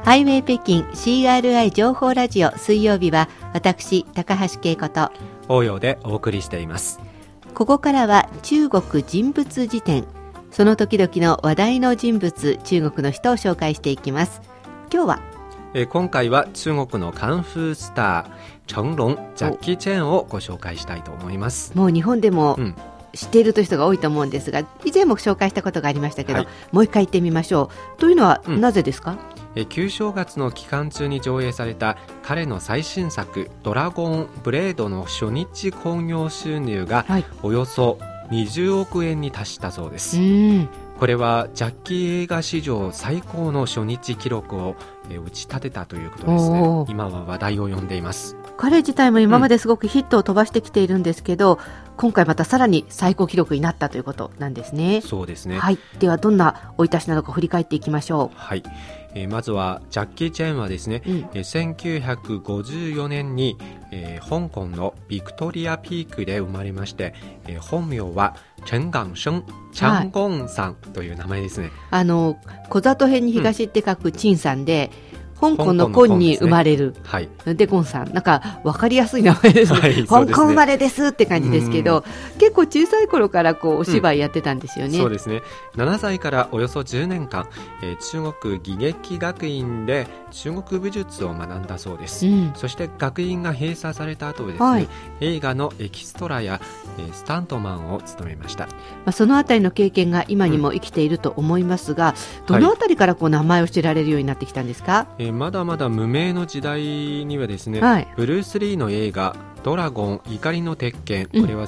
ハイウェイ北京 CRI 情報ラジオ、水曜日は私高橋恵子と応用でお送りしています。 ここからは中国人物辞典、その時々の話題の人物、中国の人を紹介していきます。今日は今回は中国のカンフースター成龍、ジャッキー・チェンをご紹介したいと思います。 もう日本でも、知っているという人が多いと思うんですが、以前も紹介したことがありましたけど、もう一回言ってみましょう。というのはなぜですか？ 旧正月の期間中に上映された彼の最新作ドラゴンブレードの初日興行収入がおよそ20億円に達したそうです。これはジャッキー映画史上最高の初日記録を打ち立てたということですね。今は話題を呼んでいます。 彼自体も今まですごくヒットを飛ばしてきているんですけど、今回またさらに最高記録になったということなんですね。 そうですね。 はい、ではどんな生い立ちなのか振り返っていきましょう。 はい、まずはジャッキー・チェンはですね、1954年に、香港のビクトリアピークで生まれまして、本名は陳港生、チャンゴンさんという名前ですね。 小里辺に東って書く陳さんで、香港の根に生まれる、でゴンさん、なんか分かりやすい名前ですね。香港生まれですって感じですけど、結構小さい頃からお芝居やってたんですよね。 そうですね。7歳からおよそ10年間、中国技劇学院で中国武術を学んだそうです。そして学院が閉鎖された後ですね、映画のエキストラやスタントマンを務めました。 そのあたりの経験が今にも生きていると思いますが、どのあたりから名前を知られるようになってきたんですか？ まだまだ無名の時代にはですね、ブルース・リーの映画ドラゴン怒りの鉄拳、これは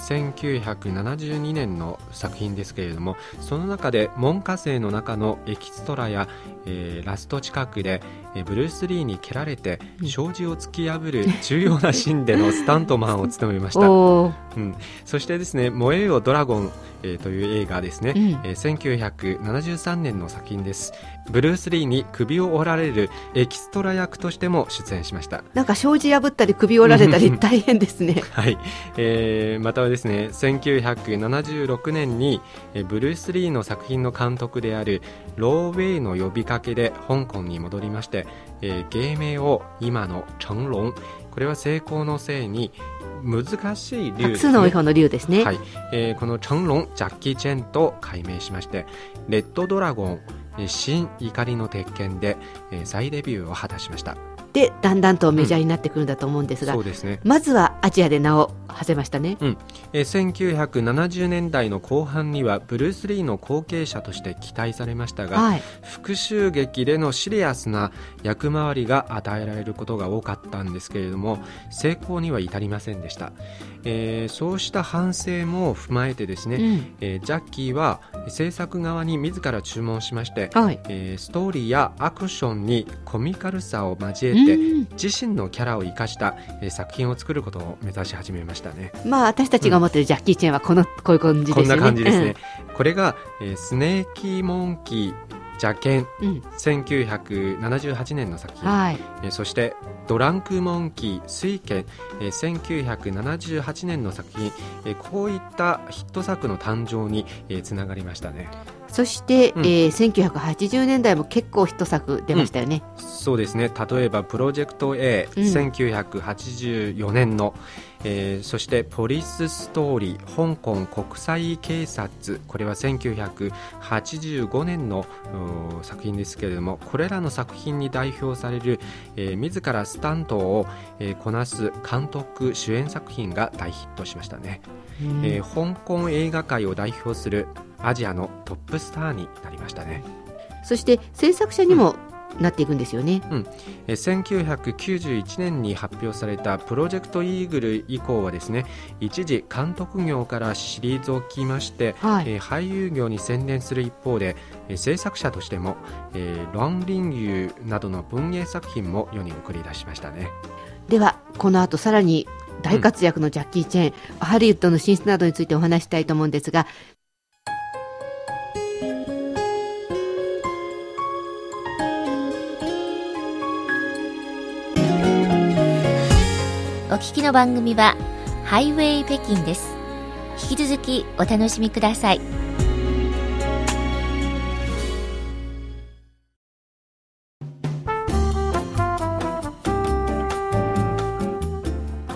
1972年の作品ですけれども、その中で門下生の中のエキストラや、ラスト近くでブルース・リーに蹴られて障子を突き破る重要なシーンでのスタントマンを務めました。そしてですね、燃えよドラゴン、という映画ですね、1973年の作品です。ブルース・リーに首を折られるエキストラ役としても出演しました。 なんか障子破ったり首折られたり大変ですね。 はい、またはですね、1976年にブルース・リーの作品の監督であるロー・ウェイの呼びかけで香港に戻りまして、芸名を今の成龍、これは成功のせいに難しい竜ですね。 の方の竜ですね。 この成龍ジャッキー・チェンと改名しまして、レッドドラゴン新怒りの鉄拳で再デビューを果たしました。 でだんだんとメジャーになってくるんだと思うんですが、 そうですね、 まずはアジアで名を馳せましたね。 1970年代の後半にはブルース・リーの後継者として期待されましたが、復讐劇でのシリアスな役回りが与えられることが多かったんですけれども、成功には至りませんでした。そうした反省も踏まえてですね、ジャッキーは制作側に自ら注文しまして、ストーリーやアクションにコミカルさを交えて自身のキャラを生かした作品を作ることを目指し始めましたね。 私たちが思っているジャッキー・チェンはこういう感じですよね。 こんな感じですね。これが、スネーキーモンキー邪剣、1978年の作品、そしてドランクモンキー水剣、1978年の作品、こういったヒット作の誕生につながりましたね。 そして、1980年代も結構ヒット作出ましたよね。 そうですね。例えばプロジェクト A、1984年の、そしてポリスストーリー香港国際警察、これは1985年の作品ですけれども、これらの作品に代表される、自らスタントを、こなす監督主演作品が大ヒットしましたね。香港映画界を代表するアジアのトップスターになりましたね。 そして制作者にも、なっていくんですよね。 1991年に発表されたプロジェクトイーグル以降はですね、一時監督業から退きまして、俳優業に専念する一方で、制作者としても、ロン・リンユーなどの文芸作品も世に送り出しましたね。 ではこの後さらに大活躍のジャッキー・チェン、ハリウッドの進出などについてお話したいと思うんですが、 お聞きの番組はハイウェイ北京です。引き続きお楽しみください。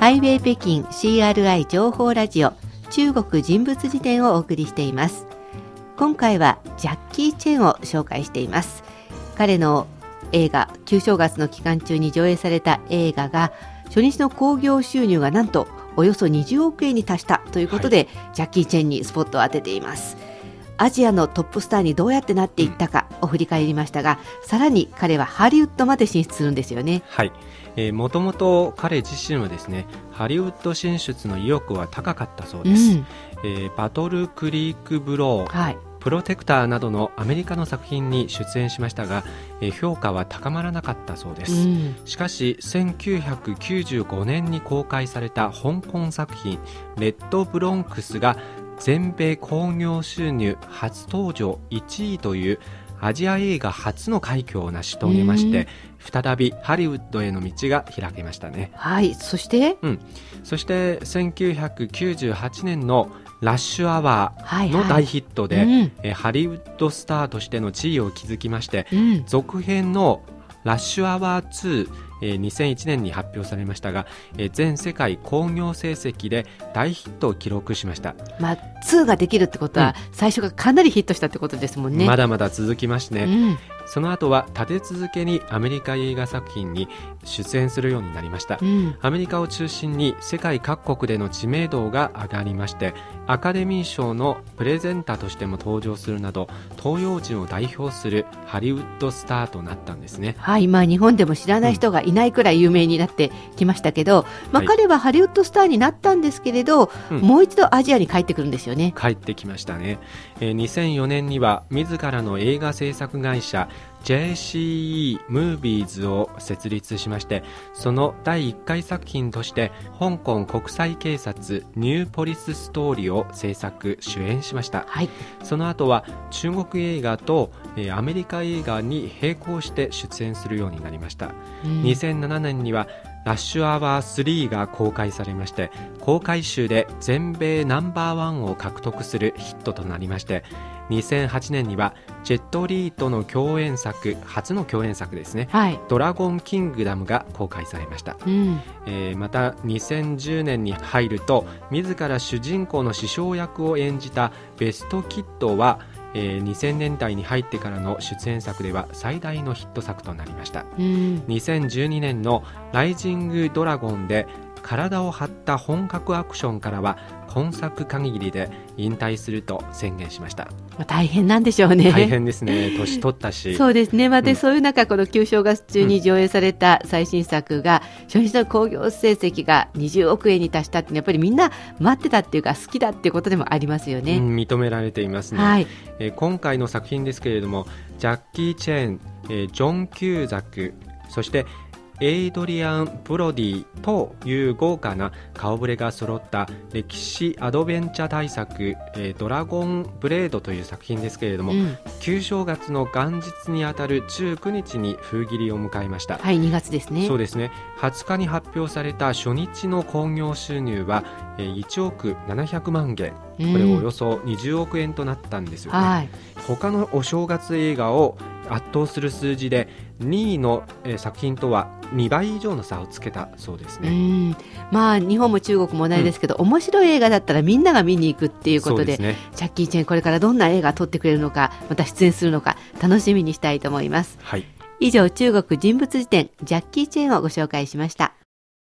ハイウェイ北京 CRI 情報ラジオ中国人物辞典をお送りしています。今回はジャッキー・チェンを紹介しています。彼の映画、旧正月の期間中に上映された映画が初日の興行収入がなんとおよそ20億円に達したということで、ジャッキー・チェンにスポットを当てています。アジアのトップスターにどうやってなっていったかを振り返りましたが、さらに彼はハリウッドまで進出するんですよね。 はい、もともと彼自身はですね、ハリウッド進出の意欲は高かったそうです。バトルクリークブロー、プロテクターなどのアメリカの作品に出演しましたが、評価は高まらなかったそうです。しかし1995年に公開された香港作品レッドブロンクスが全米興行収入初登場1位というアジア映画初の快挙を成し遂げまして、再びハリウッドへの道が開けましたね。 はい、そして、 そして1998年のラッシュアワーの大ヒットで、ハリウッドスターとしての地位を築きまして、続編のラッシュアワー2、2001年に発表されましたが、全世界興行成績で大ヒットを記録しました。 2ができるってことは、最初がかなりヒットしたってことですもんね。 まだまだ続きましてね、その後は立て続けにアメリカ映画作品に出演するようになりました。アメリカを中心に世界各国での知名度が上がりまして、アカデミー賞のプレゼンターとしても登場するなど、東洋人を代表するハリウッドスターとなったんですね。 今日本でも知らない人がいないくらい有名になってきましたけど、彼はハリウッドスターになったんですけれど、もう一度アジアに帰ってくるんですよね。 帰ってきましたね。2004年には自らの映画制作会社JCE ムービーズを設立しまして、その第1回作品として香港国際警察ニューポリスストーリーを制作主演しました。その後は中国映画とアメリカ映画に並行して出演するようになりました。2007年にはラッシュアワー3が公開されまして、公開週で全米ナンバーワンを獲得するヒットとなりまして、2008年にはジェットリーとの共演作、初の共演作ですね、ドラゴンキングダムが公開されました。また2010年に入ると、自ら主人公の師匠役を演じたベストキッドは2000年代に入ってからの出演作では最大のヒット作となりました。2012年のライジングドラゴンで体を張った本格アクションからは今作限りで引退すると宣言しました。 大変なんでしょうね。 大変ですね。年取ったし。 そうですね。そういう中、この旧正月中に上映された最新作が、初日の興行成績が20億円に達したって、やっぱりみんな待ってたっていうか好きだっていうことでもありますよね。 認められていますね。今回の作品ですけれども、ジャッキー・チェン、ジョン・キューザク、そしてエイドリアン・ブロディという豪華な顔ぶれが揃った歴史アドベンチャー大作、ドラゴンブレードという作品ですけれども、旧正月の元日にあたる19日に封切りを迎えました。 2月ですね。 そうですね。20日に発表された初日の興行収入は1億700万元、これおよそ20億円となったんですよね。他のお正月映画を圧倒する数字で2位の作品とは2倍以上の差をつけたそうですね。 日本も中国も同じですけど、面白い映画だったらみんなが見に行くっていうことで、ジャッキー・チェンこれからどんな映画撮ってくれるのか、また出演するのか楽しみにしたいと思います。以上、中国人物辞典ジャッキー・チェンをご紹介しました。